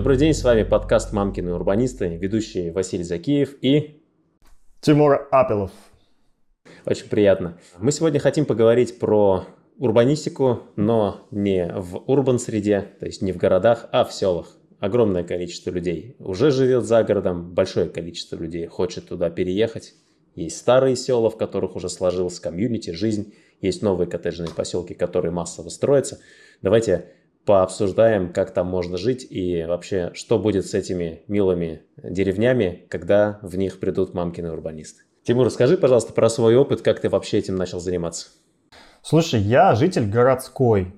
Добрый день, с вами подкаст «Мамкины урбанисты», ведущий Василий Закиев и Тимур Апелов. Очень приятно. Мы сегодня хотим поговорить про урбанистику, но не в урбан-среде, то есть не в городах, а в селах. Огромное количество людей уже живет за городом, большое количество людей хочет туда переехать. Есть старые села, в которых уже сложилась комьюнити, жизнь. Есть новые коттеджные поселки, которые массово строятся. Давайте пообсуждаем, как там можно жить и вообще, что будет с этими милыми деревнями, когда в них придут мамкины урбанисты. Тимур, расскажи, пожалуйста, про свой опыт, как ты вообще этим начал заниматься. Слушай, я житель городской,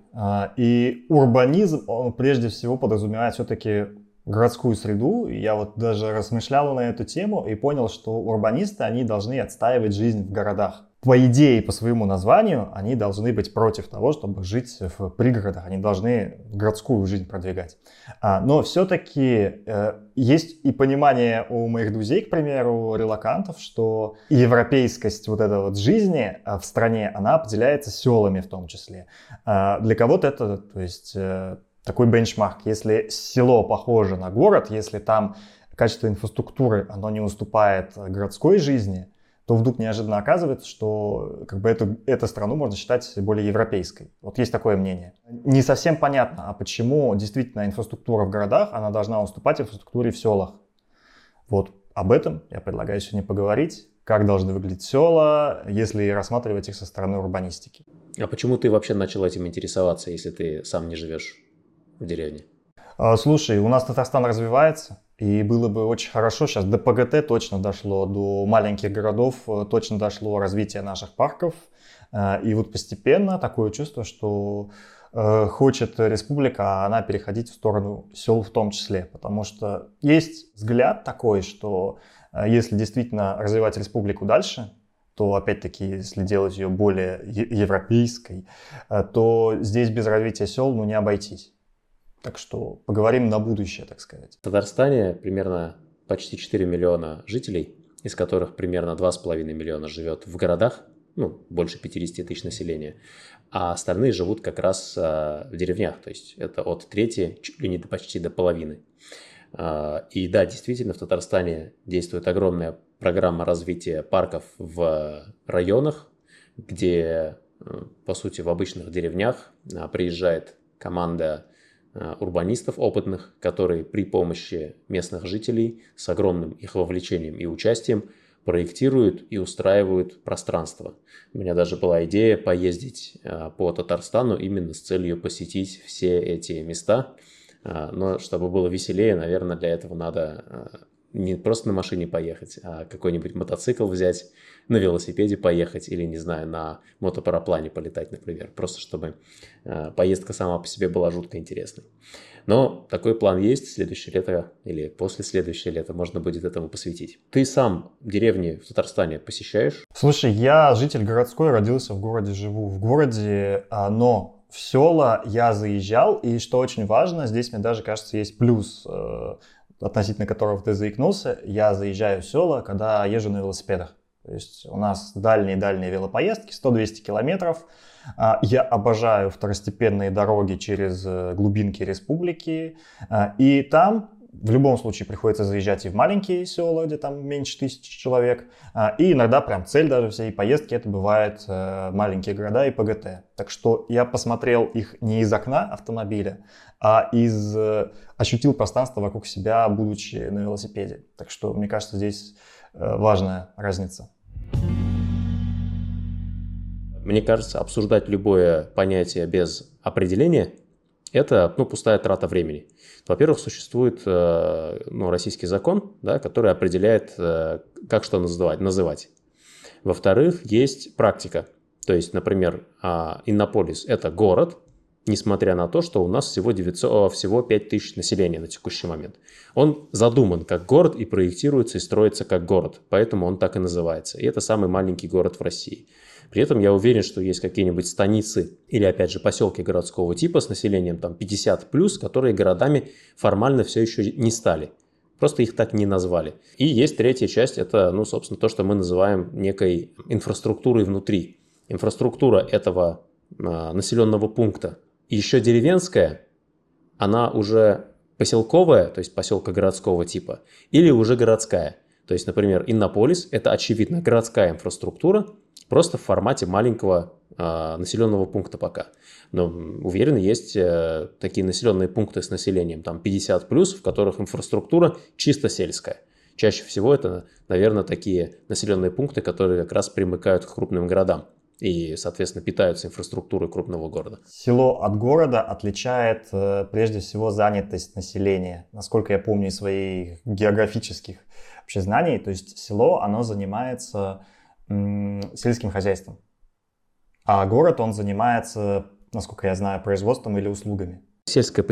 и урбанизм, он прежде всего подразумевает все-таки городскую среду. Я вот даже размышлял на эту тему и понял, что урбанисты, они должны отстаивать жизнь в городах. По идее, по своему названию, они должны быть против того, чтобы жить в пригородах. Они должны городскую жизнь продвигать. Но все-таки есть и понимание у моих друзей, к примеру, релокантов, что европейскость вот этой вот жизни в стране, она определяется селами в том числе. Для кого-то это, то есть, такой бенчмарк. Если село похоже на город, если там качество инфраструктуры, оно не уступает городской жизни, то вдруг неожиданно оказывается, что как бы эту страну можно считать более европейской. Вот есть такое мнение. Не совсем понятно, а почему действительно инфраструктура в городах, она должна уступать инфраструктуре в селах. Вот об этом я предлагаю сегодня поговорить. Как должны выглядеть села, если рассматривать их со стороны урбанистики. А почему ты вообще начал этим интересоваться, если ты сам не живешь в деревне? Слушай, у нас Татарстан развивается, и было бы очень хорошо, сейчас до ПГТ точно дошло, до маленьких городов точно дошло развитие наших парков. И вот постепенно такое чувство, что хочет республика, а она переходить в сторону сел в том числе. Потому что есть взгляд такой, что если действительно развивать республику дальше, то опять-таки, если делать ее более европейской, то здесь без развития сел не обойтись. Так что поговорим на будущее, так сказать. В Татарстане примерно почти 4 миллиона жителей, из которых примерно 2,5 миллиона живет в городах, больше 50 тысяч населения, а остальные живут как раз в деревнях, то есть это от трети, чуть ли не почти до половины. И да, действительно, в Татарстане действует огромная программа развития парков в районах, где, по сути, в обычных деревнях приезжает команда урбанистов опытных, которые при помощи местных жителей с огромным их вовлечением и участием проектируют и устраивают пространство. У меня даже была идея поездить по Татарстану именно с целью посетить все эти места. Но чтобы было веселее, наверное, для этого надо не просто на машине поехать, а какой-нибудь мотоцикл взять, на велосипеде поехать или, не знаю, на мотопараплане полетать, например. Просто чтобы поездка сама по себе была жутко интересной. Но такой план есть. Следующее лето или после следующего лета можно будет этому посвятить. Ты сам деревни в Татарстане посещаешь? Слушай, я житель городской, родился в городе, живу в городе, но в села я заезжал, и что очень важно, здесь мне даже кажется есть плюс, относительно которого ты заикнулся, я заезжаю в села, когда езжу на велосипедах. То есть у нас дальние-дальние велопоездки, 100-200 километров. Я обожаю второстепенные дороги через глубинки республики. И там в любом случае приходится заезжать и в маленькие села, где там меньше 1000 человек. И иногда прям цель даже всей поездки это бывает маленькие города и ПГТ. Так что я посмотрел их не из окна автомобиля, а ощутил пространство вокруг себя, будучи на велосипеде. Так что, мне кажется, здесь важная разница. Мне кажется, обсуждать любое понятие без определения – это пустая трата времени. Во-первых, существует российский закон, да, который определяет, как что называть. Во-вторых, есть практика. То есть, например, Иннополис – это город, несмотря на то, что у нас всего 5000 населения на текущий момент. Он задуман как город и проектируется и строится как город, поэтому он так и называется. И это самый маленький город в России. При этом я уверен, что есть какие-нибудь станицы или, опять же, поселки городского типа с населением 50+, которые городами формально все еще не стали. Просто их так не назвали. И есть третья часть, это, собственно, то, что мы называем некой инфраструктурой внутри. Инфраструктура этого населенного пункта, еще деревенская, она уже поселковая, то есть поселка городского типа, или уже городская. То есть, например, Иннополис – это, очевидно, городская инфраструктура, просто в формате маленького населенного пункта пока. Но, уверен, есть такие населенные пункты с населением, там 50+, в которых инфраструктура чисто сельская. Чаще всего это, наверное, такие населенные пункты, которые как раз примыкают к крупным городам и, соответственно, питаются инфраструктурой крупного города. Село от города отличает прежде всего занятость населения. Насколько я помню из своих географических вообще знаний, то есть село, оно занимается сельским хозяйством, а город, он занимается, насколько я знаю, производством или услугами. Сельское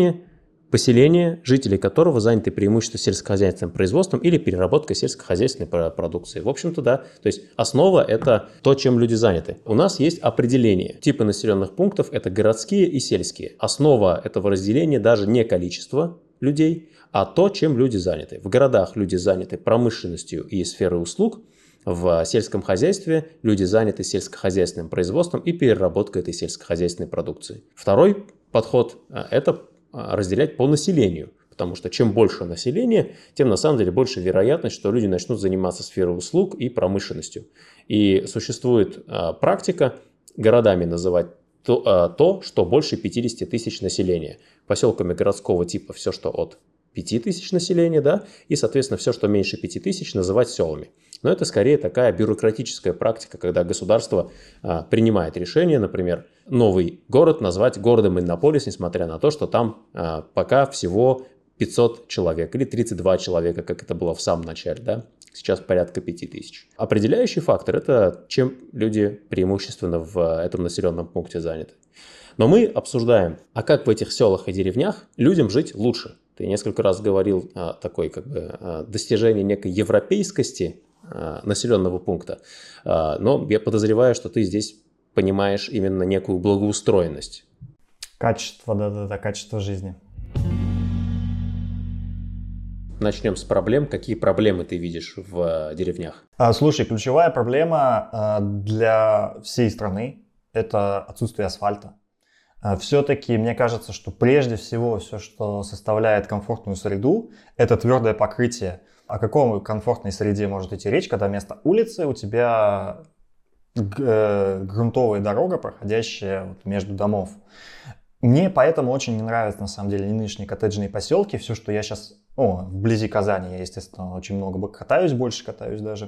поселение, жители которого заняты преимущественно сельскохозяйственным производством или переработкой сельскохозяйственной продукции. В общем-то, да. То есть основа – это то, чем люди заняты. У нас есть определение. Типы населенных пунктов – это городские и сельские. Основа этого разделения даже не количество людей, а то, чем люди заняты. В городах люди заняты промышленностью и сферой услуг. В сельском хозяйстве люди заняты сельскохозяйственным производством и переработкой этой сельскохозяйственной продукции. Второй подход – это разделять по населению, потому что чем больше населения, тем на самом деле больше вероятность, что люди начнут заниматься сферой услуг и промышленностью. И существует практика городами называть то, что больше 50 тысяч населения. Поселками городского типа все, что от 5 тысяч населения, да, и, соответственно, все, что меньше 5 тысяч, называть селами. Но это скорее такая бюрократическая практика, когда государство принимает решение, например, новый город назвать городом Иннополис, несмотря на то, что там пока всего 500 человек или 32 человека, как это было в самом начале, да. Сейчас порядка 5000. Определяющий фактор – это чем люди преимущественно в этом населенном пункте заняты. Но мы обсуждаем, а как в этих селах и деревнях людям жить лучше. Ты несколько раз говорил о такой достижении некой европейскости населенного пункта, но я подозреваю, что ты здесь понимаешь именно некую благоустроенность. Качество, да, качество жизни. Начнем с проблем. Какие проблемы ты видишь в деревнях? Слушай, ключевая проблема для всей страны – это отсутствие асфальта. Все-таки мне кажется, что прежде всего все, что составляет комфортную среду, это твердое покрытие. О какой комфортной среде может идти речь, когда вместо улицы у тебя грунтовая дорога, проходящая между домов. Мне поэтому очень не нравятся, на самом деле, нынешние коттеджные поселки. Все, что я сейчас... вблизи Казани я, естественно, очень много катаюсь, больше катаюсь даже.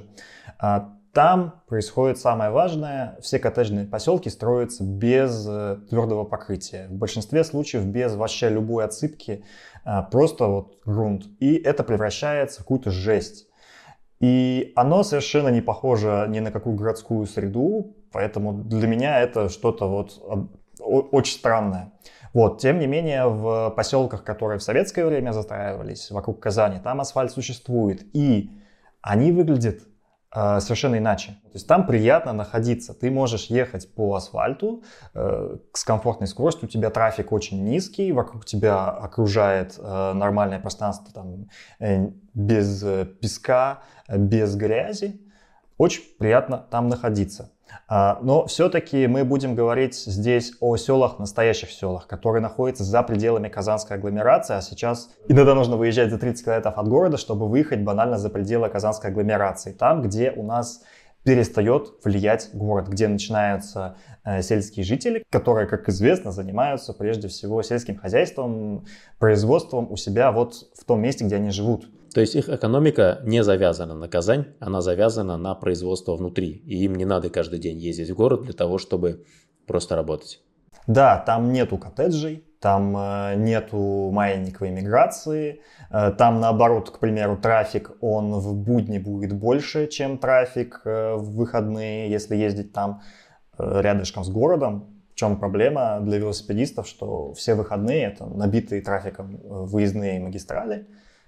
Там происходит самое важное. Все коттеджные поселки строятся без твердого покрытия. В большинстве случаев без вообще любой отсыпки. Просто грунт. И это превращается в какую-то жесть. И оно совершенно не похоже ни на какую городскую среду. Поэтому для меня это что-то очень странное. Тем не менее, в поселках, которые в советское время застраивались вокруг Казани, там асфальт существует. И они выглядят совершенно иначе. То есть там приятно находиться. Ты можешь ехать по асфальту с комфортной скоростью, у тебя трафик очень низкий, вокруг тебя окружает нормальное пространство там, без песка, без грязи. Очень приятно там находиться. Но все-таки мы будем говорить здесь о селах, настоящих селах, которые находятся за пределами Казанской агломерации, а сейчас иногда нужно выезжать за 30 километров от города, чтобы выехать банально за пределы Казанской агломерации, там, где у нас перестает влиять город, где начинаются сельские жители, которые, как известно, занимаются прежде всего сельским хозяйством, производством у себя в том месте, где они живут. То есть их экономика не завязана на Казань, она завязана на производство внутри. И им не надо каждый день ездить в город для того, чтобы просто работать. Да, там нету коттеджей, там нету маятниковой миграции. Там, наоборот, к примеру, трафик, он в будни будет больше, чем трафик в выходные, если ездить там рядышком с городом. В чем проблема для велосипедистов, что все выходные это набитые трафиком выездные магистрали.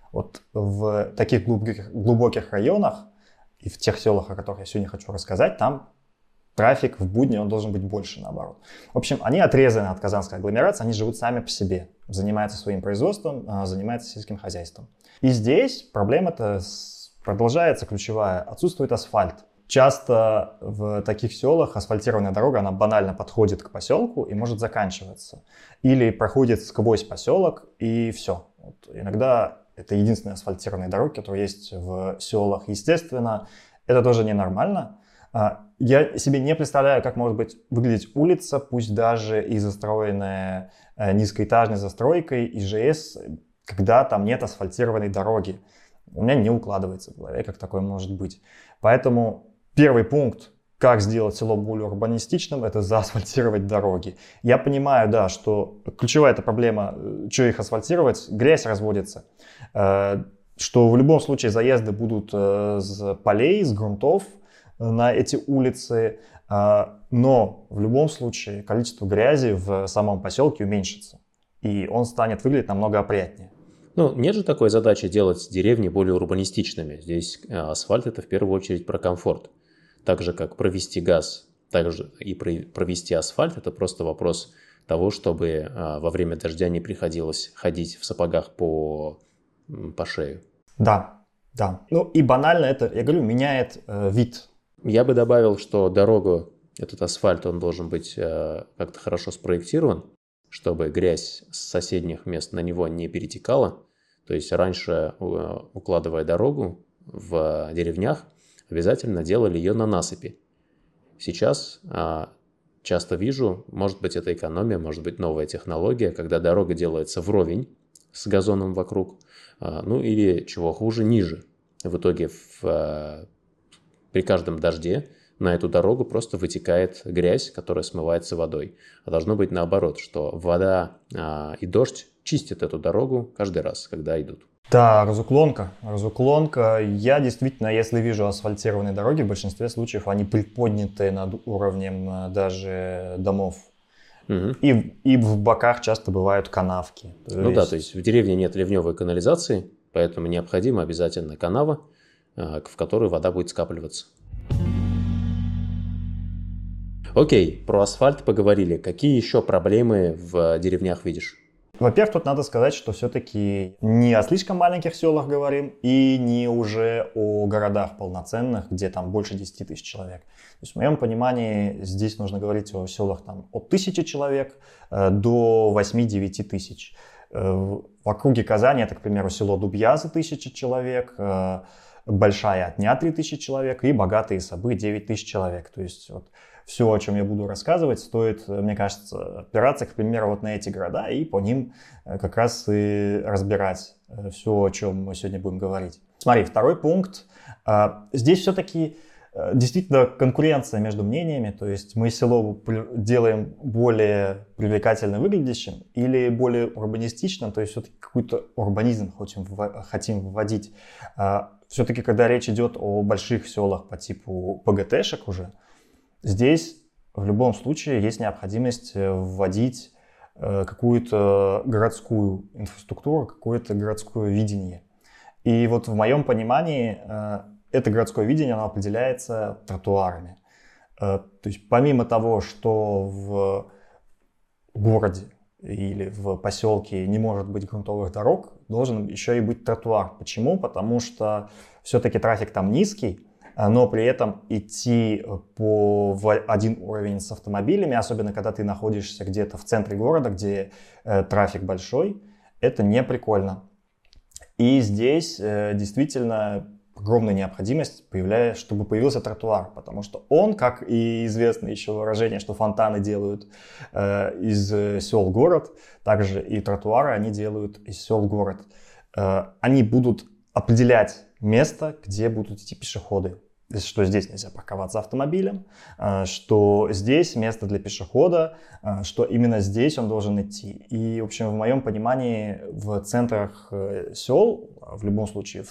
В таких глубоких районах и в тех селах, о которых я сегодня хочу рассказать, там трафик в будни он должен быть больше, наоборот. В общем, они отрезаны от Казанской агломерации, они живут сами по себе, занимаются своим производством, занимаются сельским хозяйством. И здесь проблема-то продолжается ключевая. Отсутствует асфальт. часто в таких селах асфальтированная дорога, она банально подходит к поселку и может заканчиваться. Или проходит сквозь поселок, и все. Вот иногда это единственные асфальтированные дороги, которые есть в селах. Естественно, это тоже ненормально. Я себе не представляю, как может выглядеть улица, пусть даже и застроенная низкоэтажной застройкой, ИЖС, когда там нет асфальтированной дороги. У меня не укладывается в голове, как такое может быть. Поэтому первый пункт, как сделать село более урбанистичным, это заасфальтировать дороги. Я понимаю, да, что ключевая эта проблема, что их асфальтировать, грязь разводится. Что в любом случае заезды будут с полей, с грунтов на эти улицы, но в любом случае количество грязи в самом поселке уменьшится, и он станет выглядеть намного опрятнее. Ну, нет же такой задачи делать деревни более урбанистичными. Здесь асфальт – это в первую очередь про комфорт. Так же, как провести газ, так же и провести асфальт – это просто вопрос того, чтобы во время дождя не приходилось ходить в сапогах по шею. Да. Ну и банально это, я говорю, меняет вид. Я бы добавил, что дорогу, этот асфальт, он должен быть как-то хорошо спроектирован, чтобы грязь с соседних мест на него не перетекала. То есть раньше, укладывая дорогу в деревнях, обязательно делали ее на насыпи. Сейчас часто вижу, может быть, это экономия, может быть, новая технология, когда дорога делается вровень с газоном вокруг, ну или, чего хуже, ниже. В итоге при каждом дожде на эту дорогу просто вытекает грязь, которая смывается водой. А должно быть наоборот, что вода и дождь чистят эту дорогу каждый раз, когда идут. Да, разуклонка. Я действительно, если вижу асфальтированные дороги, в большинстве случаев они приподняты над уровнем даже домов. Угу. И в боках часто бывают канавки. Да, то есть в деревне нет ливневой канализации, поэтому необходима обязательно канава, в которую вода будет скапливаться. Окей, про асфальт поговорили. Какие еще проблемы в деревнях видишь? Во-первых, тут надо сказать, что все-таки не о слишком маленьких селах говорим и не уже о городах полноценных, где там больше 10 тысяч человек. То есть в моем понимании здесь нужно говорить о селах там, от 1000 человек до 8-9 тысяч. В округе Казани это, к примеру, село Дубьязы 1000 человек, Большая Отня 3000 человек и Богатые Собы 9000 человек. То есть вот все, о чем я буду рассказывать, стоит, мне кажется, опираться, к примеру, вот на эти города и по ним как раз и разбирать все, о чем мы сегодня будем говорить. Смотри, второй пункт. Здесь все-таки действительно конкуренция между мнениями, то есть мы село делаем более привлекательно выглядящим или более урбанистичным, то есть все-таки какой-то урбанизм хотим вводить. Все-таки, когда речь идет о больших селах по типу ПГТшек уже, здесь в любом случае есть необходимость вводить какую-то городскую инфраструктуру, какое-то городское видение. И вот в моем понимании это городское видение, оно определяется тротуарами. То есть помимо того, что в городе или в поселке не может быть грунтовых дорог, должен еще и быть тротуар. Почему? Потому что все-таки трафик там низкий, но при этом идти в один уровень с автомобилями, особенно когда ты находишься где-то в центре города, где трафик большой, это не прикольно. И здесь действительно огромная необходимость, чтобы появился тротуар, потому что он, как и известно еще выражение, что фонтаны делают из сел город, также и тротуары они делают из сел город. Они будут определять место, где будут идти пешеходы. Что здесь нельзя парковаться автомобилем, что здесь место для пешехода, что именно здесь он должен идти. И, в общем, в моем понимании, в центрах сел, в любом случае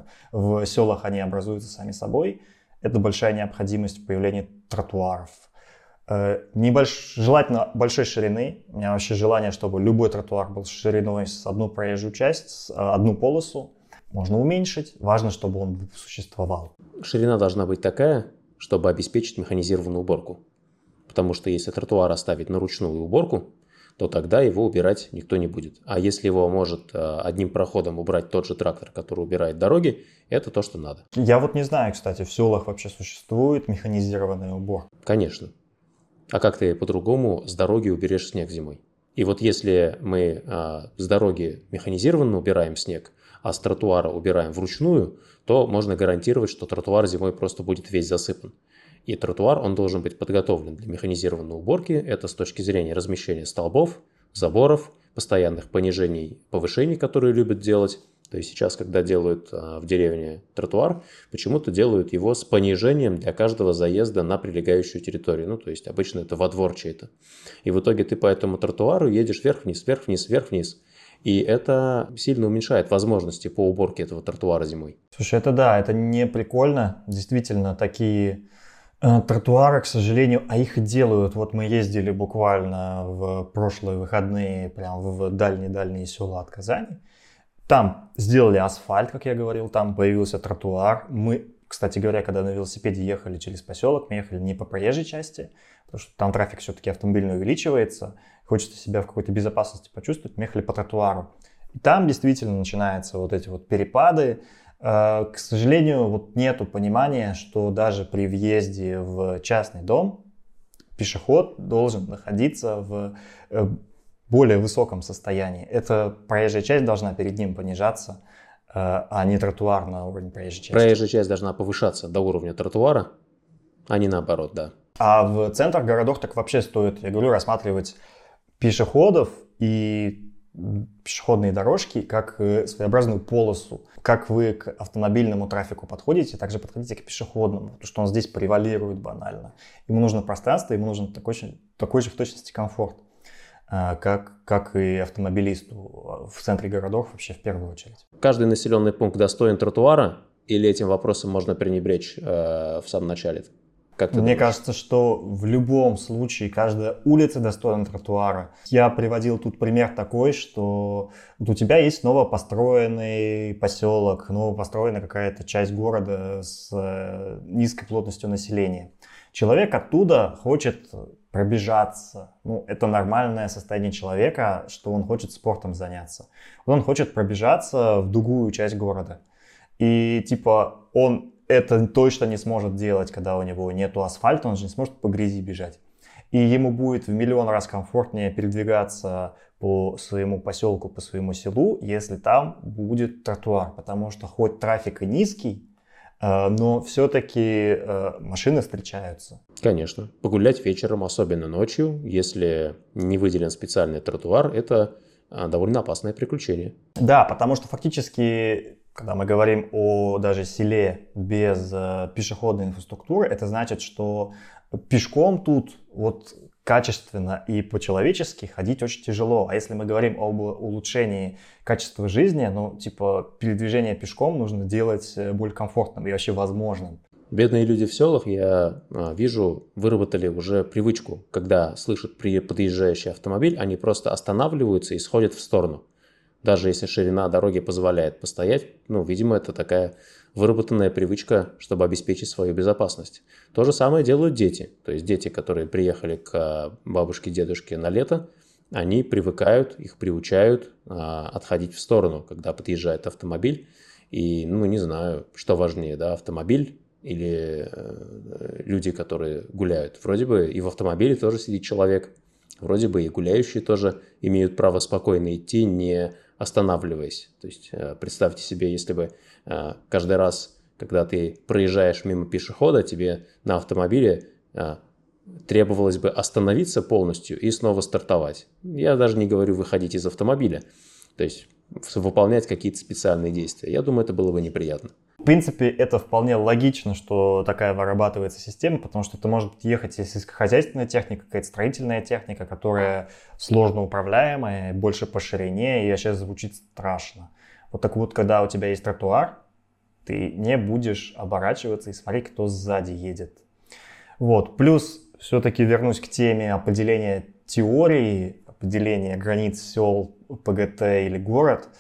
в селах они образуются сами собой, это большая необходимость в появлении тротуаров. Желательно большой ширины. У меня вообще желание, чтобы любой тротуар был шириной с одну проезжую часть, одну полосу. Можно уменьшить, важно, чтобы он существовал. Ширина должна быть такая, чтобы обеспечить механизированную уборку. Потому что если тротуар оставить на ручную уборку, то тогда его убирать никто не будет. А если его может одним проходом убрать тот же трактор, который убирает дороги, это то, что надо. Я вот не знаю, кстати, в селах вообще существует механизированный убор. Конечно. А как ты по-другому с дороги уберешь снег зимой? И вот если мы с дороги механизированно убираем снег, а с тротуара убираем вручную, то можно гарантировать, что тротуар зимой просто будет весь засыпан. И тротуар, он должен быть подготовлен для механизированной уборки. Это с точки зрения размещения столбов, заборов, постоянных понижений, повышений, которые любят делать. То есть сейчас, когда делают в деревне тротуар, почему-то делают его с понижением для каждого заезда на прилегающую территорию. Ну, то есть обычно это во двор чей-то. И в итоге ты по этому тротуару едешь вверх-вниз, вверх-вниз, вверх-вниз. И это сильно уменьшает возможности по уборке этого тротуара зимой. Слушай, это да, это не прикольно. Действительно, такие тротуары, к сожалению, а их делают. Вот мы ездили буквально в прошлые выходные прям в дальние-дальние села от Казани. Там сделали асфальт, как я говорил, там появился тротуар. Мы, кстати говоря, когда на велосипеде ехали через поселок, мы ехали не по проезжей части, потому что там трафик все-таки автомобильный увеличивается. Хочется себя в какой-то безопасности почувствовать, мы ехали по тротуару. И там действительно начинаются вот эти вот перепады. К сожалению, вот нету понимания, что даже при въезде в частный дом пешеход должен находиться в более высоком состоянии. Эта проезжая часть должна перед ним понижаться, а не тротуар на уровне проезжей части. Проезжая часть должна повышаться до уровня тротуара, а не наоборот, да. А в центрах городов так вообще стоит, я говорю, рассматривать пешеходов и пешеходные дорожки как своеобразную полосу. Как вы к автомобильному трафику подходите, также подходите к пешеходному, потому что он здесь превалирует банально. Ему нужно пространство, ему нужен такой же в точности комфорт, как и автомобилисту в центре городов вообще в первую очередь. Каждый населенный пункт достоин тротуара, или этим вопросом можно пренебречь в самом начале? Как ты Мне думаешь? кажется, что в любом случае каждая улица достойна тротуара. Я приводил тут пример такой, что вот у тебя есть новопостроенный поселок, новопостроенная какая-то часть города с низкой плотностью населения. Человек оттуда хочет пробежаться. Ну, это нормальное состояние человека, что он хочет спортом заняться. Он хочет пробежаться в другую часть города. И типа он это точно не сможет делать, когда у него нету асфальта, он же не сможет по грязи бежать. И ему будет в миллион раз комфортнее передвигаться по своему поселку, по своему селу, если там будет тротуар. Потому что хоть трафик и низкий, но все-таки машины встречаются. Конечно. Погулять вечером, особенно ночью, если не выделен специальный тротуар, это довольно опасное приключение. Да, потому что фактически, когда мы говорим о даже селе без пешеходной инфраструктуры, это значит, что пешком тут вот качественно и по-человечески ходить очень тяжело. А если мы говорим об улучшении качества жизни, ну, типа, передвижение пешком нужно делать более комфортным и вообще возможным. Бедные люди в селах, я вижу, выработали уже привычку, когда слышат подъезжающий автомобиль, они просто останавливаются и сходят в сторону. Даже если ширина дороги позволяет постоять, ну, видимо, это такая выработанная привычка, чтобы обеспечить свою безопасность. То же самое делают дети. То есть дети, которые приехали к бабушке, дедушке на лето, они привыкают, их приучают отходить в сторону, когда подъезжает автомобиль. И, ну, не знаю, что важнее, да, автомобиль или люди, которые гуляют. Вроде бы и в автомобиле тоже сидит человек. Вроде бы и гуляющие тоже имеют право спокойно идти, не останавливаясь. То есть представьте себе, если бы каждый раз, когда ты проезжаешь мимо пешехода, тебе на автомобиле требовалось бы остановиться полностью и снова стартовать. Я даже не говорю выходить из автомобиля, то есть выполнять какие-то специальные действия. Я думаю, это было бы неприятно. В принципе, это вполне логично, что такая вырабатывается система, потому что это может ехать и сельскохозяйственная техника, какая-то строительная техника, которая сложно управляемая, больше по ширине, и сейчас звучит страшно. Вот так вот, когда у тебя есть тротуар, ты не будешь оборачиваться и смотреть, кто сзади едет. Вот. Плюс, все-таки вернусь к теме определения теории, определения границ сел, ПГТ или город.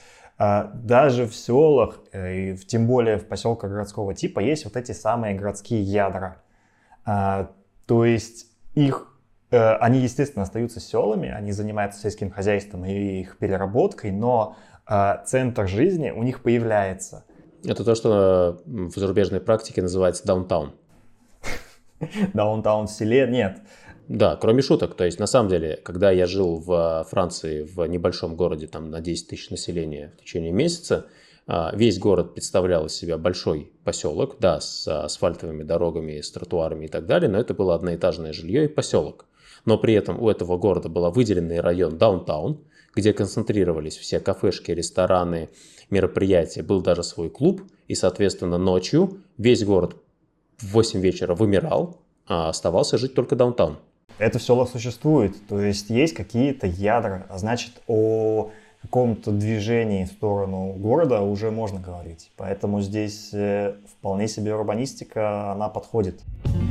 Даже в селах, и тем более в поселках городского типа, есть вот эти самые городские ядра. То есть их Они, естественно, остаются селами, они занимаются сельским хозяйством и их переработкой, но центр жизни у них появляется. Это то, что в зарубежной практике называется даунтаун. Даунтаун в селе нет. Да, кроме шуток. То есть, на самом деле, когда я жил в Франции, в небольшом городе, там на 10 тысяч населения в течение месяца, весь город представлял из себя большой поселок, да, с асфальтовыми дорогами, с тротуарами и так далее, но это было одноэтажное жилье и поселок. Но при этом у этого города был выделенный район даунтаун, где концентрировались все кафешки, рестораны, мероприятия, был даже свой клуб, и, соответственно, ночью весь город в 8 вечера вымирал, а оставался жить только даунтаун. Это в селах существует, то есть какие-то ядра, а значит о каком-то движении в сторону города уже можно говорить. Поэтому здесь вполне себе урбанистика, она подходит.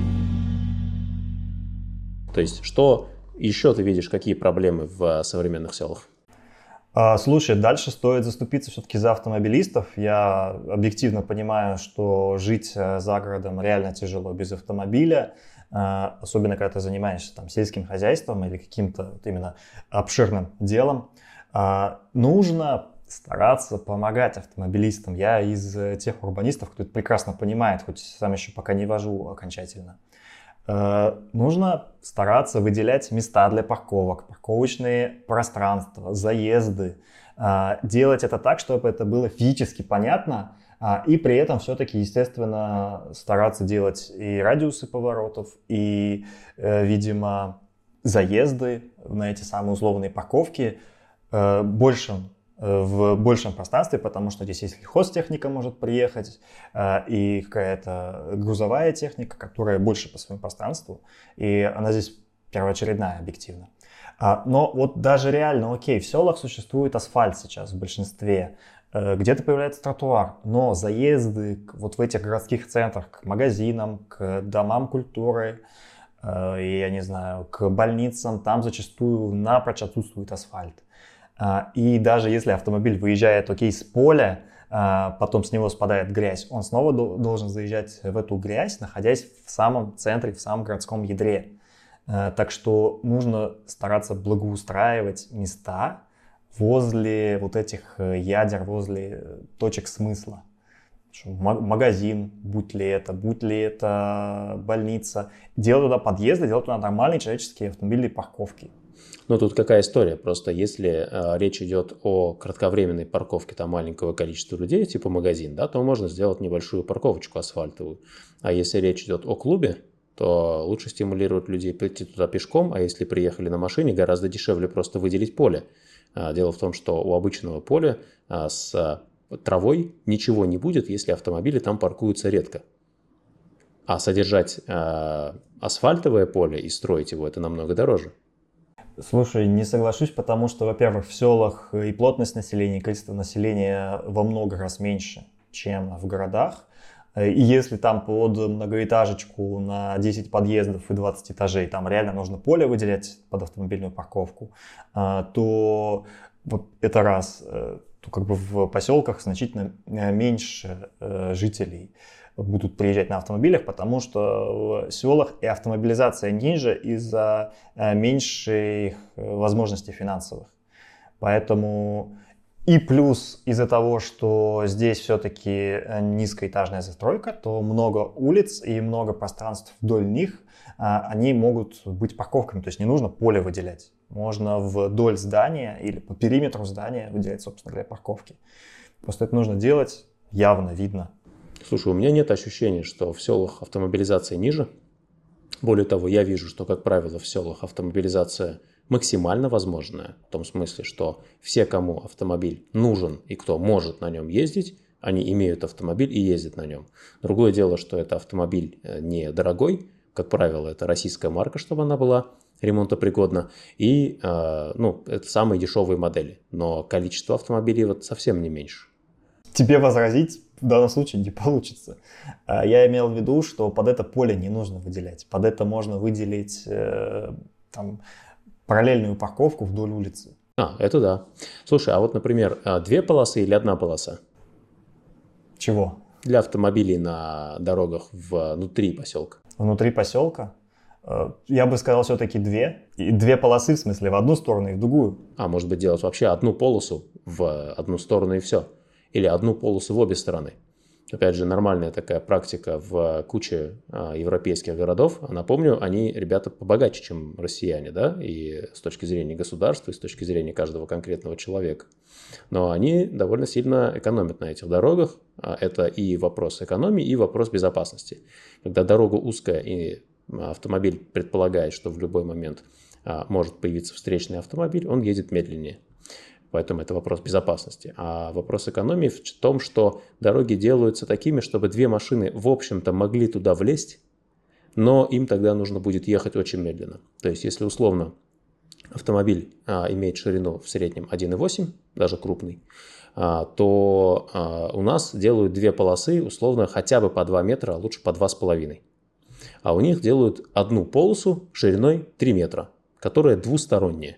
То есть, что еще ты видишь, какие проблемы в современных селах? Слушай, дальше стоит заступиться все-таки за автомобилистов. Я объективно понимаю, что жить за городом реально тяжело без автомобиля, особенно когда ты занимаешься там сельским хозяйством или каким-то вот именно обширным делом. Нужно стараться помогать автомобилистам. Я из тех урбанистов, кто это прекрасно понимает, хоть сам еще пока не вожу окончательно. Нужно стараться выделять места для парковок, парковочные пространства, заезды. Делать это так, чтобы это было физически понятно, и при этом все-таки, естественно, стараться делать и радиусы поворотов, и, видимо, заезды на эти самые условные парковки в большем пространстве, потому что здесь есть хозтехника может приехать и какая-то грузовая техника, которая больше по своему пространству, и она здесь первоочередная объективно. Но вот даже реально, окей, в селах существует асфальт сейчас в большинстве, где-то появляется тротуар, но заезды вот в этих городских центрах к магазинам, к домам культуры, и, я не знаю, к больницам, там зачастую напрочь отсутствует асфальт. И даже если автомобиль выезжает, окей, с поля, потом с него спадает грязь, он снова должен заезжать в эту грязь, находясь в самом центре, в самом городском ядре. Так что нужно стараться благоустраивать места возле вот этих ядер, возле точек смысла. Магазин, будь ли это больница, делать туда подъезды, делать туда нормальные человеческие автомобильные парковки. Ну, тут какая история? Просто если речь идет о кратковременной парковке там маленького количества людей, типа магазин, да, то можно сделать небольшую парковочку асфальтовую. А если речь идет о клубе, то лучше стимулировать людей прийти туда пешком, а если приехали на машине, гораздо дешевле просто выделить поле. Дело в том, что у обычного поля с травой ничего не будет, если автомобили там паркуются редко. А содержать асфальтовое поле и строить его – это намного дороже. Слушай, не соглашусь, потому что, во-первых, в селах и плотность населения, и количество населения во много раз меньше, чем в городах. И если там под многоэтажечку на 10 подъездов и 20 этажей там реально нужно поле выделять под автомобильную парковку, то это раз, то как бы в поселках значительно меньше жителей будут приезжать на автомобилях, потому что в селах и автомобилизация ниже из-за меньших возможностей финансовых. Поэтому и плюс из-за того, что здесь все-таки низкоэтажная застройка, то много улиц и много пространств вдоль них, они могут быть парковками, то есть не нужно поле выделять. Можно вдоль здания или по периметру здания выделять, собственно говоря, парковки. Просто это нужно делать явно, видно. Слушай, у меня нет ощущения, что в селах автомобилизация ниже. Более того, я вижу, что, как правило, в селах автомобилизация максимально возможная. В том смысле, что все, кому автомобиль нужен и кто может на нем ездить, они имеют автомобиль и ездят на нем. Другое дело, что это автомобиль не дорогой. Как правило, это российская марка, чтобы она была ремонтопригодна. И это самые дешевые модели. Но количество автомобилей вот совсем не меньше. Тебе возразить в данном случае не получится. Я имел в виду, что под это поле не нужно выделять. Под это можно выделить параллельную парковку вдоль улицы. Это да. Слушай, а вот, например, 2 полосы или 1 полоса? Чего? Для автомобилей на дорогах внутри поселка. Внутри поселка? Я бы сказал все-таки две. И две полосы, в смысле, в одну сторону и в другую. А может быть, делать вообще одну полосу в одну сторону и все. Или одну полосу в обе стороны. Опять же, нормальная такая практика в куче европейских городов. А напомню, они ребята побогаче, чем россияне, да, и с точки зрения государства, и с точки зрения каждого конкретного человека. Но они довольно сильно экономят на этих дорогах. Это и вопрос экономии, и вопрос безопасности. Когда дорога узкая и автомобиль предполагает, что в любой момент может появиться встречный автомобиль, он едет медленнее. Поэтому это вопрос безопасности. А вопрос экономии в том, что дороги делаются такими, чтобы две машины, в общем-то, могли туда влезть, но им тогда нужно будет ехать очень медленно. То есть, если условно автомобиль имеет ширину в среднем 1,8, даже крупный, то у нас делают две полосы, условно, хотя бы по 2 метра, а лучше по 2,5. А у них делают одну полосу шириной 3 метра, которая двусторонняя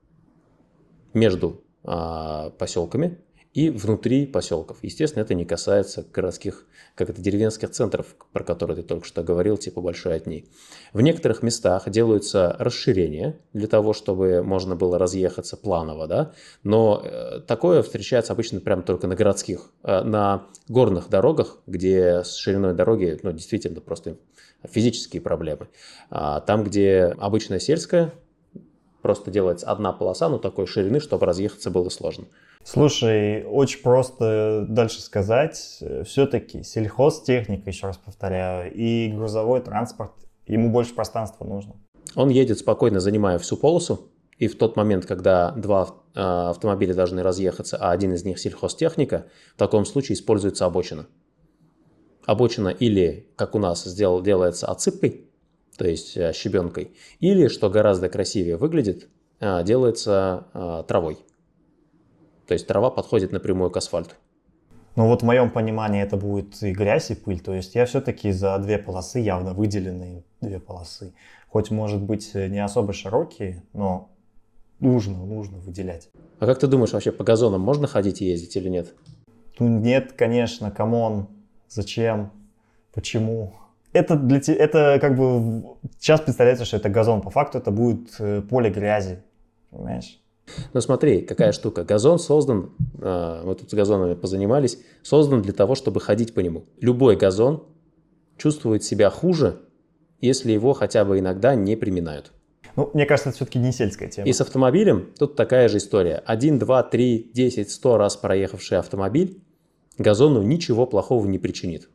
между поселками и внутри поселков. Естественно, это не касается городских, как это, деревенских центров, про которые ты только что говорил, типа Большой Отни. В некоторых местах делаются расширения для того, чтобы можно было разъехаться планово, да? Но такое встречается обычно прямо только на городских, на горных дорогах, где с шириной дороги, ну, действительно просто физические проблемы. Там, где обычная сельская, просто делается одна полоса, но такой ширины, чтобы разъехаться было сложно. Слушай, очень просто дальше сказать. Все-таки сельхозтехника, еще раз повторяю, и грузовой транспорт, ему больше пространства нужно. Он едет спокойно, занимая всю полосу, и в тот момент, когда два автомобиля должны разъехаться, а один из них сельхозтехника, в таком случае используется обочина. Обочина или, как у нас делается, отсыпкой, то есть щебенкой, или, что гораздо красивее выглядит, делается травой. То есть трава подходит напрямую к асфальту. Ну вот в моем понимании это будет и грязь, и пыль. То есть я все-таки за две полосы, явно выделенные две полосы. Хоть, может быть, не особо широкие, но нужно выделять. А как ты думаешь, вообще по газонам можно ходить и ездить или нет? Ну нет, конечно, камон, зачем, почему? Это как бы сейчас представляется, что это газон. По факту это будет поле грязи, понимаешь? Ну смотри, какая штука. Газон создан, мы тут с газонами позанимались, создан для того, чтобы ходить по нему. Любой газон чувствует себя хуже, если его хотя бы иногда не приминают. Ну, мне кажется, это все-таки не сельская тема. И с автомобилем тут такая же история. 1, 2, 3, 10, 100 раз проехавший автомобиль газону ничего плохого не причинит.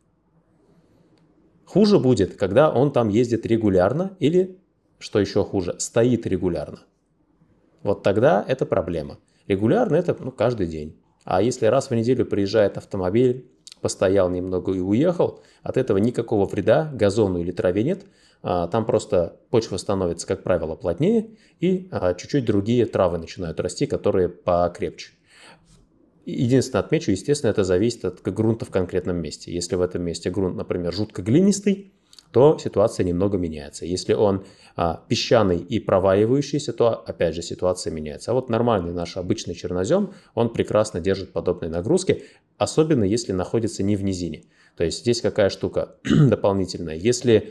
Хуже будет, когда он там ездит регулярно или, что еще хуже, стоит регулярно. Вот тогда это проблема. Регулярно это каждый день. А если раз в неделю приезжает автомобиль, постоял немного и уехал, от этого никакого вреда газону или траве нет. Там просто почва становится, как правило, плотнее, и чуть-чуть другие травы начинают расти, которые покрепче. Единственное, отмечу, естественно, это зависит от грунта в конкретном месте. Если в этом месте грунт, например, жутко глинистый, то ситуация немного меняется. Если он песчаный и проваливающийся, то опять же ситуация меняется. А вот нормальный наш обычный чернозем, он прекрасно держит подобные нагрузки, особенно если находится не в низине. То есть здесь какая штука дополнительная. Если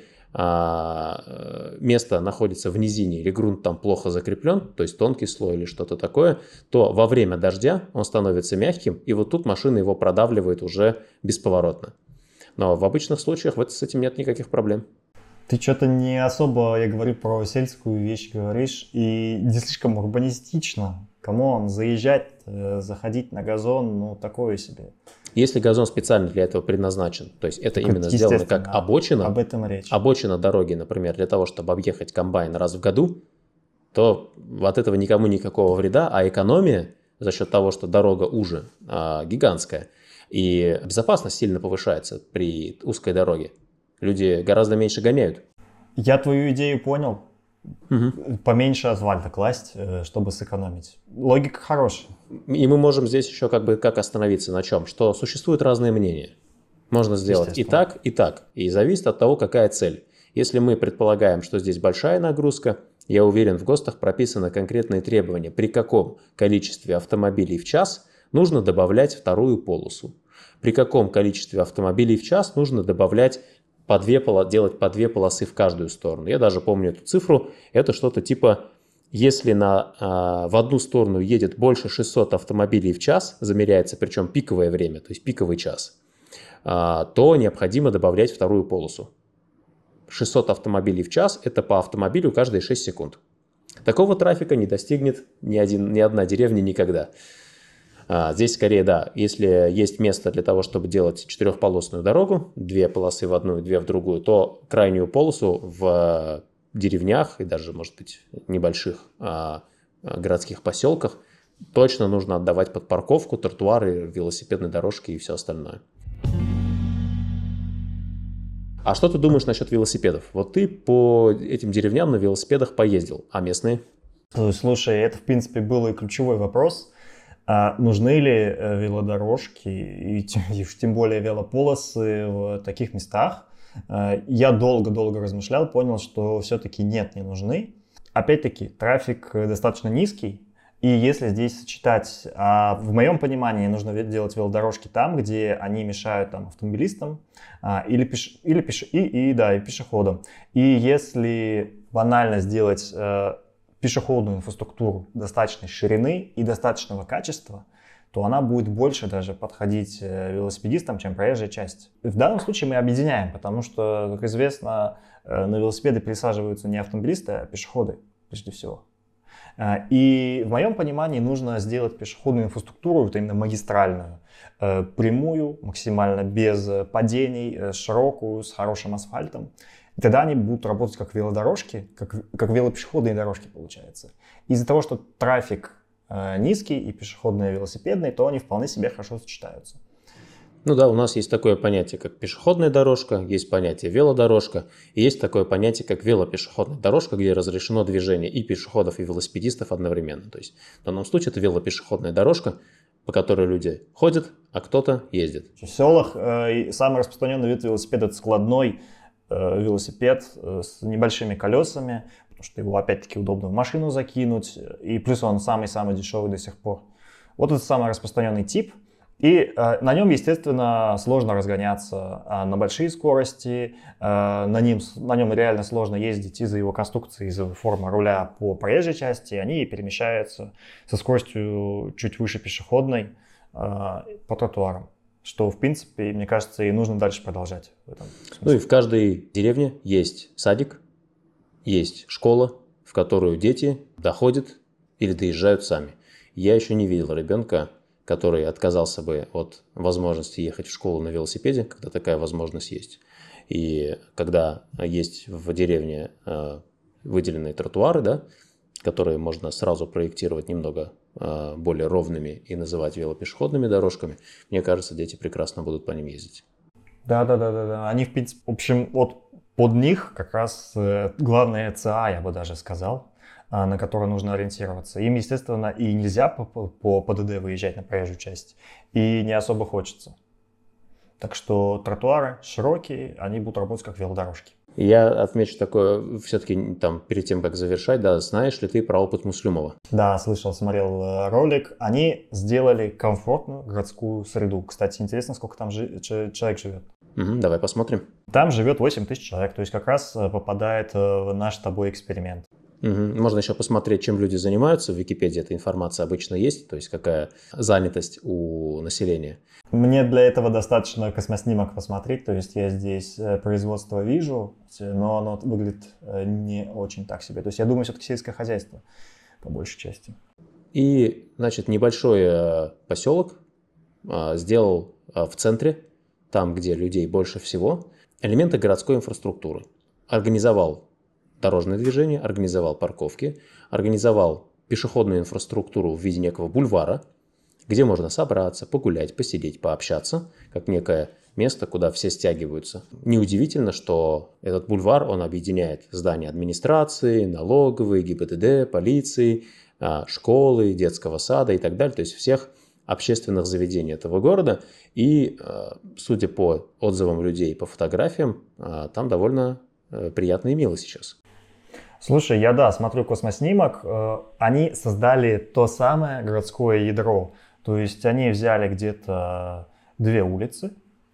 место находится в низине или грунт там плохо закреплен, то есть тонкий слой или что-то такое, то во время дождя он становится мягким, и вот тут машина его продавливает уже бесповоротно. Но в обычных случаях с этим нет никаких проблем. Ты что-то не особо, я говорю, про сельскую вещь говоришь, и не слишком урбанистично. Камон, заезжать, заходить на газон, ну такое себе. Если газон специально для этого предназначен, то есть это именно сделано как обочина, об этом речь. Обочина дороги, например, для того, чтобы объехать комбайн раз в году, то от этого никому никакого вреда, а экономия за счет того, что дорога уже гигантская, и безопасность сильно повышается при узкой дороге. Люди гораздо меньше гоняют. Я твою идею понял. Угу. Поменьше асфальта класть, чтобы сэкономить. Логика хорошая. И мы можем здесь еще как остановиться на чем? Что существуют разные мнения. Можно сделать и так, и так. И зависит от того, какая цель. Если мы предполагаем, что здесь большая нагрузка, я уверен, в ГОСТах прописаны конкретные требования, при каком количестве автомобилей в час нужно добавлять вторую полосу. При каком количестве автомобилей в час нужно добавлять делать по две полосы в каждую сторону. Я даже помню эту цифру. Это что-то типа, если в одну сторону едет больше 600 автомобилей в час, замеряется, причем пиковое время, то есть пиковый час, то необходимо добавлять вторую полосу. 600 автомобилей в час – это по автомобилю каждые 6 секунд. Такого трафика не достигнет ни одна деревня никогда. Здесь скорее, да, если есть место для того, чтобы делать четырехполосную дорогу, две полосы в одну и две в другую, то крайнюю полосу в деревнях и даже, может быть, небольших городских поселках точно нужно отдавать под парковку, тротуары, велосипедные дорожки и все остальное. А что ты думаешь насчет велосипедов? Вот ты по этим деревням на велосипедах поездил, а местные? Слушай, это, в принципе, был и ключевой вопрос. Нужны ли велодорожки и тем более велополосы в таких местах? Я долго-долго размышлял, понял, что все-таки нет, не нужны. Опять-таки, трафик достаточно низкий. И если здесь сочетать, в моем понимании, нужно делать велодорожки там, где они мешают автомобилистам или пешеходам. И если банально сделать пешеходную инфраструктуру достаточной ширины и достаточного качества, то она будет больше даже подходить велосипедистам, чем проезжая часть. В данном случае мы объединяем, потому что, как известно, на велосипеды пересаживаются не автомобилисты, а пешеходы прежде всего. И в моем понимании нужно сделать пешеходную инфраструктуру, вот именно магистральную, прямую, максимально без падений, широкую, с хорошим асфальтом. И тогда они будут работать как велодорожки, как велопешеходные дорожки получается. Из-за того, что трафик низкий и пешеходные, и велосипедные, то они вполне себе хорошо сочетаются. Ну да, у нас есть такое понятие, как пешеходная дорожка, есть понятие велодорожка, и есть такое понятие, как велопешеходная дорожка, где разрешено движение и пешеходов, и велосипедистов одновременно. То есть в данном случае это велопешеходная дорожка, по которой люди ходят, а кто-то ездит. В селах самый распространенный вид велосипеда – это складной велосипед с небольшими колесами, потому что его опять-таки удобно в машину закинуть, и плюс он самый-самый дешевый до сих пор. Вот это самый распространенный тип. И на нем, естественно, сложно разгоняться на большие скорости, на нем реально сложно ездить из-за его конструкции, из-за формы руля по проезжей части, они перемещаются со скоростью чуть выше пешеходной по тротуарам, что, в принципе, мне кажется, и нужно дальше продолжать в этом смысле. Ну и в каждой деревне есть садик, есть школа, в которую дети доходят или доезжают сами. Я еще не видел ребенка, который отказался бы от возможности ехать в школу на велосипеде, когда такая возможность есть. И когда есть в деревне выделенные тротуары, да, которые можно сразу проектировать немного более ровными и называть велопешеходными дорожками, мне кажется, дети прекрасно будут по ним ездить. Да. Они, в принципе, в общем, под них как раз главное ЦА, я бы даже сказал, на который нужно ориентироваться. Им, естественно, и нельзя по ПДД выезжать на проезжую часть, и не особо хочется. Так что тротуары широкие, они будут работать как велодорожки. Я отмечу такое, все-таки там перед тем, как завершать, да, знаешь ли ты про опыт Муслюмова? Да, слышал, смотрел ролик. Они сделали комфортную городскую среду. Кстати, интересно, сколько там человек живет. Давай посмотрим. Там живет 8 тысяч человек, то есть как раз попадает в наш с тобой эксперимент. Можно еще посмотреть, чем люди занимаются. В Википедии эта информация обычно есть, то есть какая занятость у населения. Мне для этого достаточно космоснимок посмотреть, то есть я здесь производство вижу, но оно выглядит не очень так себе. То есть я думаю, все-таки сельское хозяйство по большей части. И, значит, небольшой поселок сделал в центре, там, где людей больше всего, элементы городской инфраструктуры. Организовал дорожное движение, организовал парковки, организовал пешеходную инфраструктуру в виде некого бульвара, где можно собраться, погулять, посидеть, пообщаться, как некое место, куда все стягиваются. Неудивительно, что этот бульвар, он объединяет здания администрации, налоговой, ГИБДД, полиции, школы, детского сада и так далее, то есть всех общественных заведений этого города. И, судя по отзывам людей, по фотографиям, там довольно приятно и мило сейчас. Слушай, я смотрю космоснимок, они создали то самое городское ядро, то есть они взяли где-то 2 улицы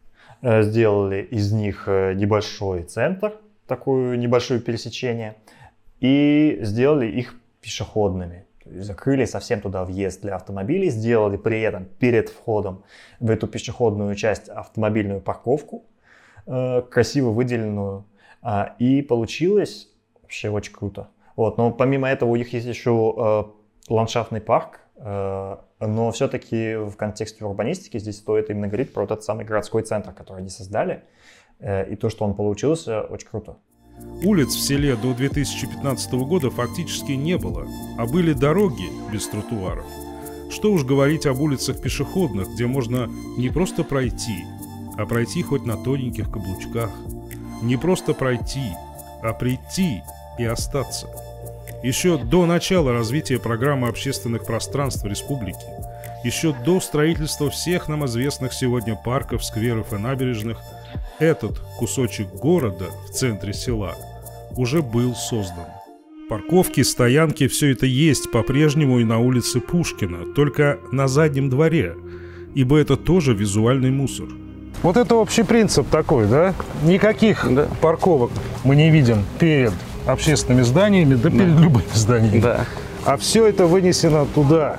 сделали из них небольшой центр, такое небольшое пересечение, и сделали их пешеходными. Закрыли совсем туда въезд для автомобилей, сделали при этом перед входом в эту пешеходную часть автомобильную парковку, красиво выделенную, и получилось вообще очень круто. Вот. Но помимо этого у них есть еще ландшафтный парк, но все-таки в контексте урбанистики здесь стоит именно говорить про тот самый городской центр, который они создали, и то, что он получился, очень круто. Улиц в селе до 2015 года фактически не было, а были дороги без тротуаров. Что уж говорить об улицах пешеходных, где можно не просто пройти, а пройти хоть на тоненьких каблучках. Не просто пройти, а прийти и остаться. Еще до начала развития программы общественных пространств республики, еще до строительства всех нам известных сегодня парков, скверов и набережных, этот кусочек города в центре села уже был создан. Парковки, стоянки, все это есть по-прежнему и на улице Пушкина, только на заднем дворе, ибо это тоже визуальный мусор. Вот это общий принцип такой, да? Никаких парковок мы не видим перед общественными зданиями, да перед любыми зданиями. Да. А все это вынесено туда.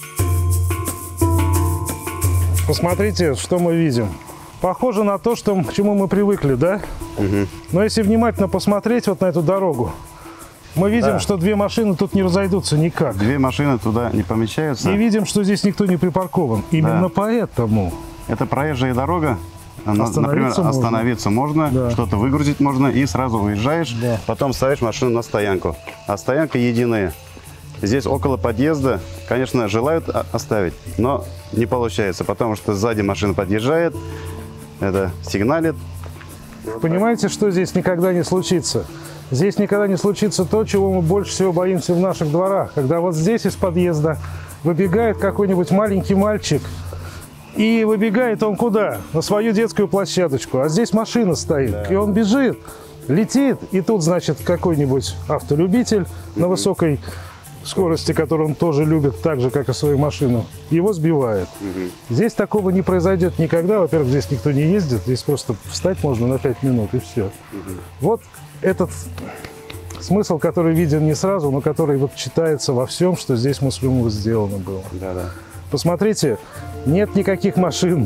Посмотрите, что мы видим. Похоже на то, к чему мы привыкли, да? Угу. Но если внимательно посмотреть вот на эту дорогу, мы видим, что две машины тут не разойдутся никак. Две машины туда не помещаются. И видим, что здесь никто не припаркован. Именно поэтому. Это проезжая дорога. Например, Остановиться остановиться можно, что-то выгрузить можно, и сразу уезжаешь, потом ставишь машину на стоянку. А стоянка единая. Здесь около подъезда, конечно, желают оставить, но не получается, потому что сзади машина подъезжает, это сигналит. Понимаете, что здесь никогда не случится? Здесь никогда не случится то, чего мы больше всего боимся в наших дворах. Когда вот здесь из подъезда выбегает какой-нибудь маленький мальчик, и выбегает он куда? На свою детскую площадочку. А здесь машина стоит, и он бежит, летит, и тут, значит, какой-нибудь автолюбитель на высокой скорости, которую он тоже любит, так же, как и свою машину, его сбивает. Здесь такого не произойдет никогда. Во-первых, здесь никто не ездит, здесь просто встать можно на 5 минут, и все. Вот этот смысл, который виден не сразу, но который вот читается во всем, что здесь Муслюмово сделано было. Посмотрите, нет никаких машин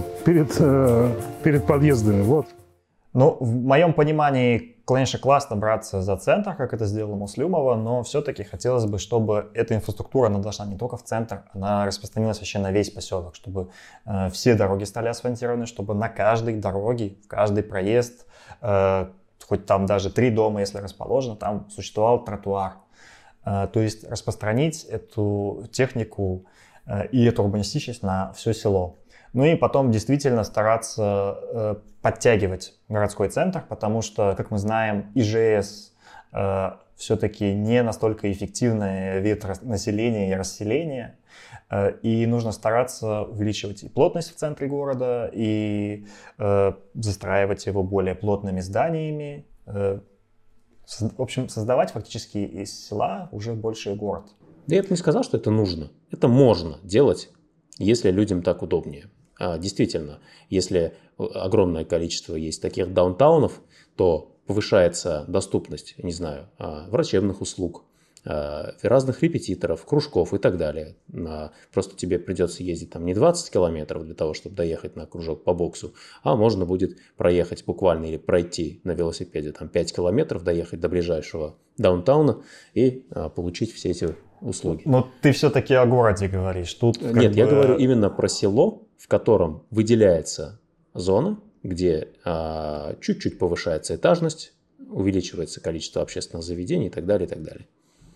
перед подъездами. Вот. Ну, в моем понимании, конечно, классно браться за центр, как это сделала Муслюмова, но все-таки хотелось бы, чтобы эта инфраструктура, она дошла не только в центр, она распространилась вообще на весь поселок, чтобы все дороги стали асфальтированы, чтобы на каждой дороге, в каждый проезд, хоть там даже 3 дома, если расположено, там существовал тротуар. То есть распространить эту технику и эту урбанистичность на все село. Ну и потом действительно стараться подтягивать городской центр, потому что, как мы знаем, ИЖС все-таки не настолько эффективный вид населения и расселения. И нужно стараться увеличивать и плотность в центре города, и застраивать его более плотными зданиями. В общем, создавать фактически из села уже больший город. Да я бы не сказал, что это нужно. Это можно делать, если людям так удобнее. Действительно, если огромное количество есть таких даунтаунов, то повышается доступность, не знаю, врачебных услуг, разных репетиторов, кружков и так далее. Просто тебе придется ездить там не 20 километров для того, чтобы доехать на кружок по боксу, а можно будет проехать буквально или пройти на велосипеде там 5 километров, доехать до ближайшего даунтауна и получить все эти услуги. Но ты все-таки о городе говоришь. Тут Нет, я говорю именно про село, в котором выделяется зона, где чуть-чуть повышается этажность, увеличивается количество общественных заведений и так далее, и так далее.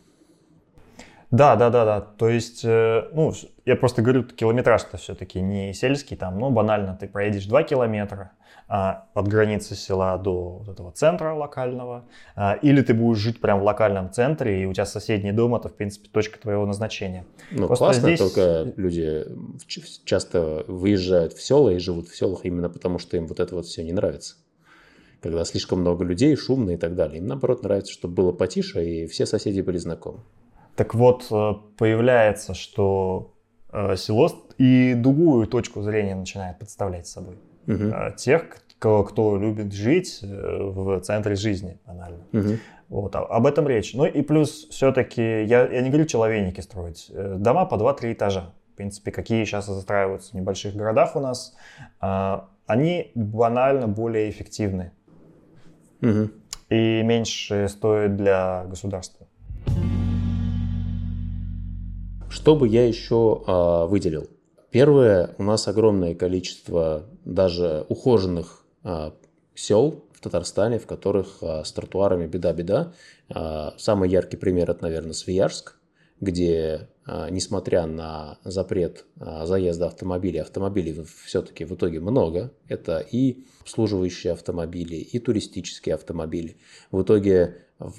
Да. То есть, ну, я просто говорю, километраж-то все-таки не сельский, там, ну, банально, ты проедешь 2 километра от границы села до вот этого центра локального, или ты будешь жить прямо в локальном центре, и у тебя соседний дом, это, в принципе, точка твоего назначения. Ну, просто классно, здесь... только люди часто выезжают в села и живут в селах именно потому, что им вот это вот все не нравится. Когда слишком много людей, шумно и так далее. Им, наоборот, нравится, чтобы было потише, и все соседи были знакомы. Так вот, появляется, что село и другую точку зрения начинает представлять собой. тех, кто любит жить в центре жизни, банально. Вот, об этом речь. Ну и плюс все-таки, я не говорю человейники строить, дома по 2-3 этажа. В принципе, какие сейчас застраиваются в небольших городах у нас, они банально более эффективны и меньше стоят для государства. Что бы я еще выделил? Первое, у нас огромное количество даже ухоженных сел в Татарстане, в которых с тротуарами беда-беда. Самый яркий пример – это, наверное, Свияжск, где, несмотря на запрет заезда автомобилей все-таки в итоге много. Это и обслуживающие автомобили, и туристические автомобили. В итоге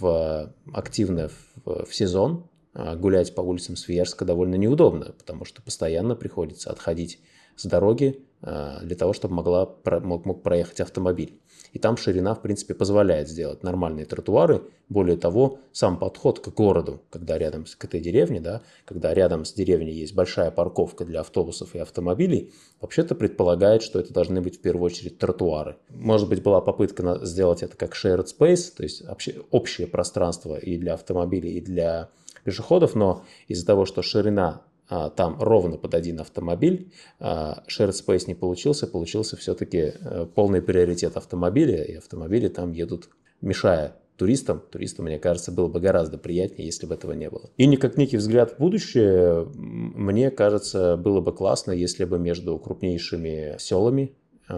активно в сезон гулять по улицам Свияжска довольно неудобно, потому что постоянно приходится отходить с дороги для того, чтобы мог проехать автомобиль. И там ширина, в принципе, позволяет сделать нормальные тротуары. Более того, сам подход к городу, когда рядом к этой деревне, да, когда рядом с деревней есть большая парковка для автобусов и автомобилей, вообще-то предполагает, что это должны быть в первую очередь тротуары. Может быть, была попытка сделать это как shared space, то есть общее пространство и для автомобилей, и для пешеходов, но из-за того, что ширина там ровно под один автомобиль, shared space не получился все-таки полный приоритет автомобиля, и автомобили там едут, мешая туристам. Туристам, мне кажется, было бы гораздо приятнее, если бы этого не было. И как некий взгляд в будущее, мне кажется, было бы классно, если бы между крупнейшими селами,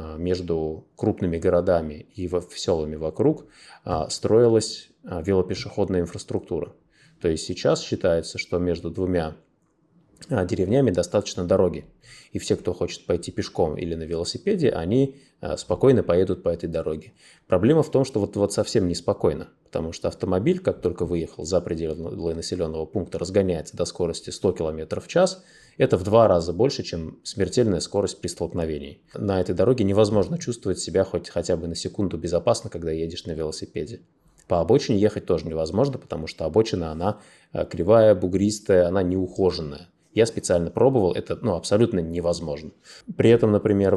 между крупными городами и селами вокруг строилась велопешеходная инфраструктура. То есть сейчас считается, что между двумя деревнями достаточно дороги. И все, кто хочет пойти пешком или на велосипеде, они спокойно поедут по этой дороге. Проблема в том, что вот совсем неспокойно, потому что автомобиль, как только выехал за пределы населенного пункта, разгоняется до скорости 100 км в час. Это в 2 раза больше, чем смертельная скорость при столкновении. На этой дороге невозможно чувствовать себя хотя бы на секунду безопасно, когда едешь на велосипеде. По обочине ехать тоже невозможно, потому что обочина, она кривая, бугристая, она неухоженная. Я специально пробовал, это абсолютно невозможно. При этом, например,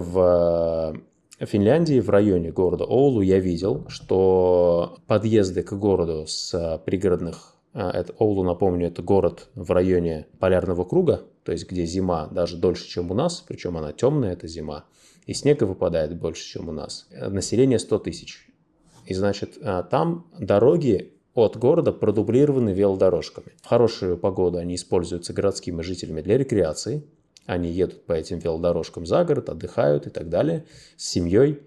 в Финляндии, в районе города Оулу, я видел, что подъезды к городу с пригородных... Оулу, напомню, это город в районе полярного круга, то есть где зима даже дольше, чем у нас, причем она темная, эта зима, и снега выпадает больше, чем у нас. Население 100 тысяч. И, значит, там дороги от города продублированы велодорожками. В хорошую погоду они используются городскими жителями для рекреации. Они едут по этим велодорожкам за город, отдыхают и так далее с семьей.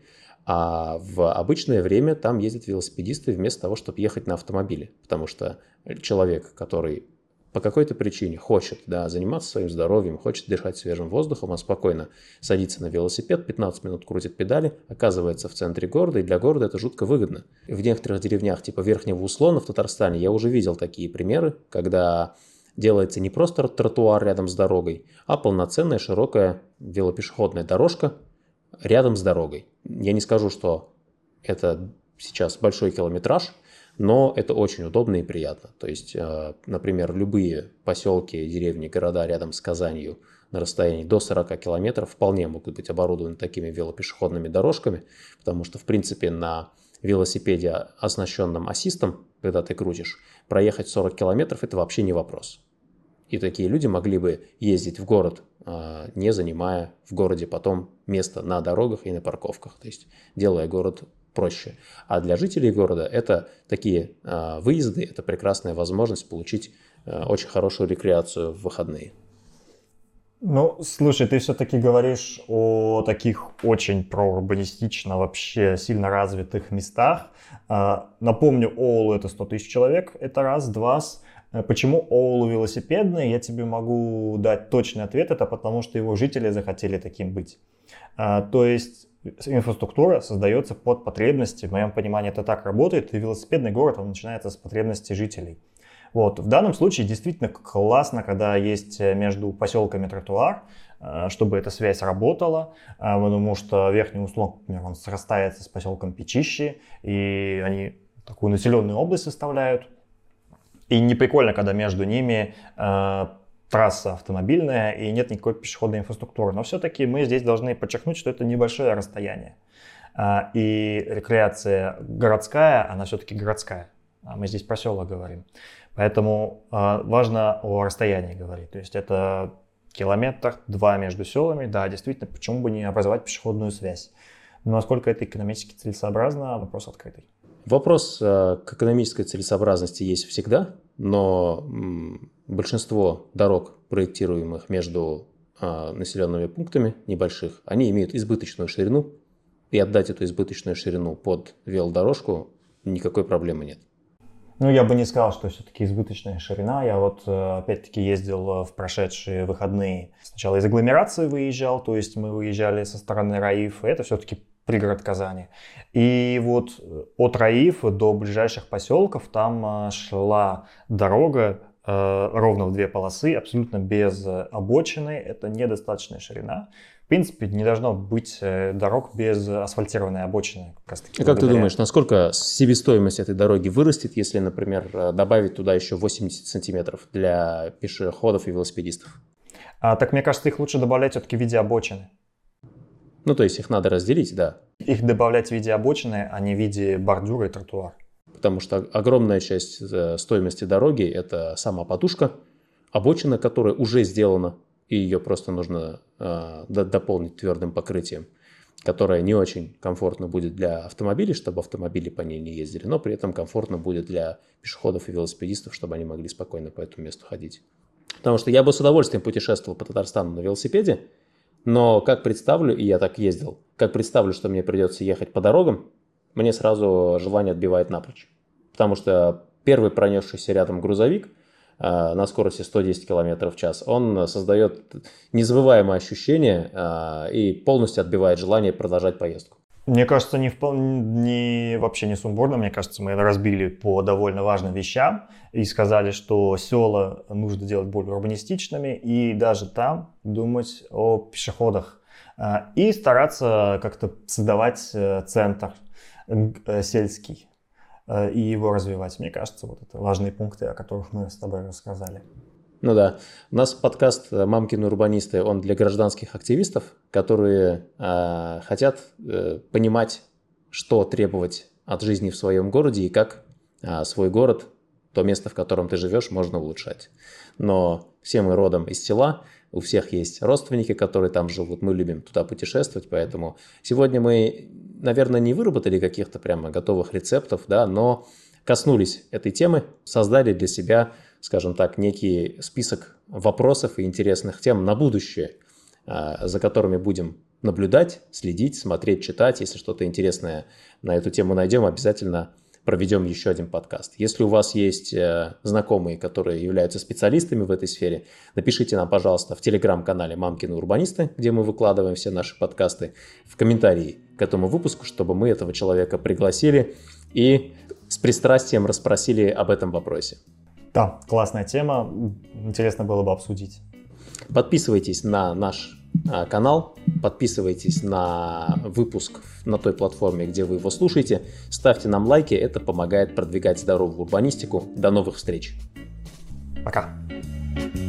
А в обычное время там ездят велосипедисты вместо того, чтобы ехать на автомобиле. Потому что человек, который по какой-то причине хочет заниматься своим здоровьем, хочет дышать свежим воздухом, он спокойно садится на велосипед, 15 минут крутит педали, оказывается в центре города, и для города это жутко выгодно. В некоторых деревнях типа Верхнего Услона в Татарстане я уже видел такие примеры, когда делается не просто тротуар рядом с дорогой, а полноценная широкая велопешеходная дорожка рядом с дорогой. Я не скажу, что это сейчас большой километраж, но это очень удобно и приятно. То есть, например, любые поселки, деревни, города рядом с Казанью на расстоянии до 40 километров вполне могут быть оборудованы такими велопешеходными дорожками, потому что, в принципе, на велосипеде, оснащенном ассистом, когда ты крутишь, проехать 40 километров – это вообще не вопрос. И такие люди могли бы ездить в город, не занимая в городе потом место на дорогах и на парковках, то есть делая город проще. А для жителей города это такие выезды, это прекрасная возможность получить очень хорошую рекреацию в выходные. Ну, слушай, ты все-таки говоришь о таких очень проурбанистично вообще сильно развитых местах. Напомню, Оулу это 100 тысяч человек, это раз, два. Почему Оулу велосипедный? Я тебе могу дать точный ответ, это потому что его жители захотели таким быть. То есть инфраструктура создается под потребности, в моем понимании это так работает, и велосипедный город, он начинается с потребностей жителей. Вот. В данном случае действительно классно, когда есть между поселками тротуар, чтобы эта связь работала, потому что Верхний Услон, например, он срастается с поселком Печищи, и они такую населенную область составляют. И не прикольно, когда между ними трасса автомобильная и нет никакой пешеходной инфраструктуры. Но все-таки мы здесь должны подчеркнуть, что это небольшое расстояние. И рекреация городская, она все-таки городская. А мы здесь про села говорим. Поэтому важно о расстоянии говорить. То есть это километр-два между селами. Да, действительно, почему бы не образовать пешеходную связь? Но насколько это экономически целесообразно, вопрос открытый. Вопрос к экономической целесообразности есть всегда, но большинство дорог, проектируемых между населенными пунктами небольших, они имеют избыточную ширину, и отдать эту избыточную ширину под велодорожку никакой проблемы нет. Ну, я бы не сказал, что все-таки избыточная ширина. Я вот опять-таки ездил в прошедшие выходные. Сначала из агломерации выезжал, то есть мы выезжали со стороны Раифа. Это все-таки пригород Казани. И вот от Раифа до ближайших поселков там шла дорога ровно в две полосы, абсолютно без обочины. Это недостаточная ширина. В принципе, не должно быть дорог без асфальтированной обочины. А как ты думаешь, насколько себестоимость этой дороги вырастет, если, например, добавить туда еще 80 сантиметров для пешеходов и велосипедистов? Так мне кажется, их лучше добавлять все-таки в виде обочины. Ну, то есть их надо разделить, да. Их добавлять в виде обочины, а не в виде бордюра и тротуара. Потому что огромная часть стоимости дороги – это сама подушка, обочина, которая уже сделана, и ее просто нужно дополнить твердым покрытием, которое не очень комфортно будет для автомобилей, чтобы автомобили по ней не ездили, но при этом комфортно будет для пешеходов и велосипедистов, чтобы они могли спокойно по этому месту ходить. Потому что я бы с удовольствием путешествовал по Татарстану на велосипеде, но как представлю, и я так ездил, как представлю, что мне придется ехать по дорогам, мне сразу желание отбивает напрочь. Потому что первый пронесшийся рядом грузовик на скорости 110 км в час, он создает незабываемое ощущение и полностью отбивает желание продолжать поездку. Мне кажется, вообще не сумбурно. Мне кажется, мы разбили по довольно важным вещам и сказали, что села нужно делать более урбанистичными и даже там думать о пешеходах и стараться как-то создавать центр сельский и его развивать. Мне кажется, вот это важные пункты, о которых мы с тобой рассказали. Ну да. У нас подкаст «Мамкины урбанисты», он для гражданских активистов, которые хотят понимать, что требовать от жизни в своем городе и как свой город, то место, в котором ты живешь, можно улучшать. Но все мы родом из села, у всех есть родственники, которые там живут, мы любим туда путешествовать, поэтому сегодня мы, наверное, не выработали каких-то прямо готовых рецептов, да, но коснулись этой темы, создали для себя, скажем так, некий список вопросов и интересных тем на будущее, за которыми будем наблюдать, следить, смотреть, читать. Если что-то интересное на эту тему найдем, обязательно проведем еще один подкаст. Если у вас есть знакомые, которые являются специалистами в этой сфере, напишите нам, пожалуйста, в телеграм-канале «Мамкины урбанисты», где мы выкладываем все наши подкасты, в комментарии к этому выпуску, чтобы мы этого человека пригласили и с пристрастием расспросили об этом вопросе. Да, классная тема, интересно было бы обсудить. Подписывайтесь на наш канал, подписывайтесь на выпуск на той платформе, где вы его слушаете, ставьте нам лайки, это помогает продвигать здоровую урбанистику. До новых встреч! Пока!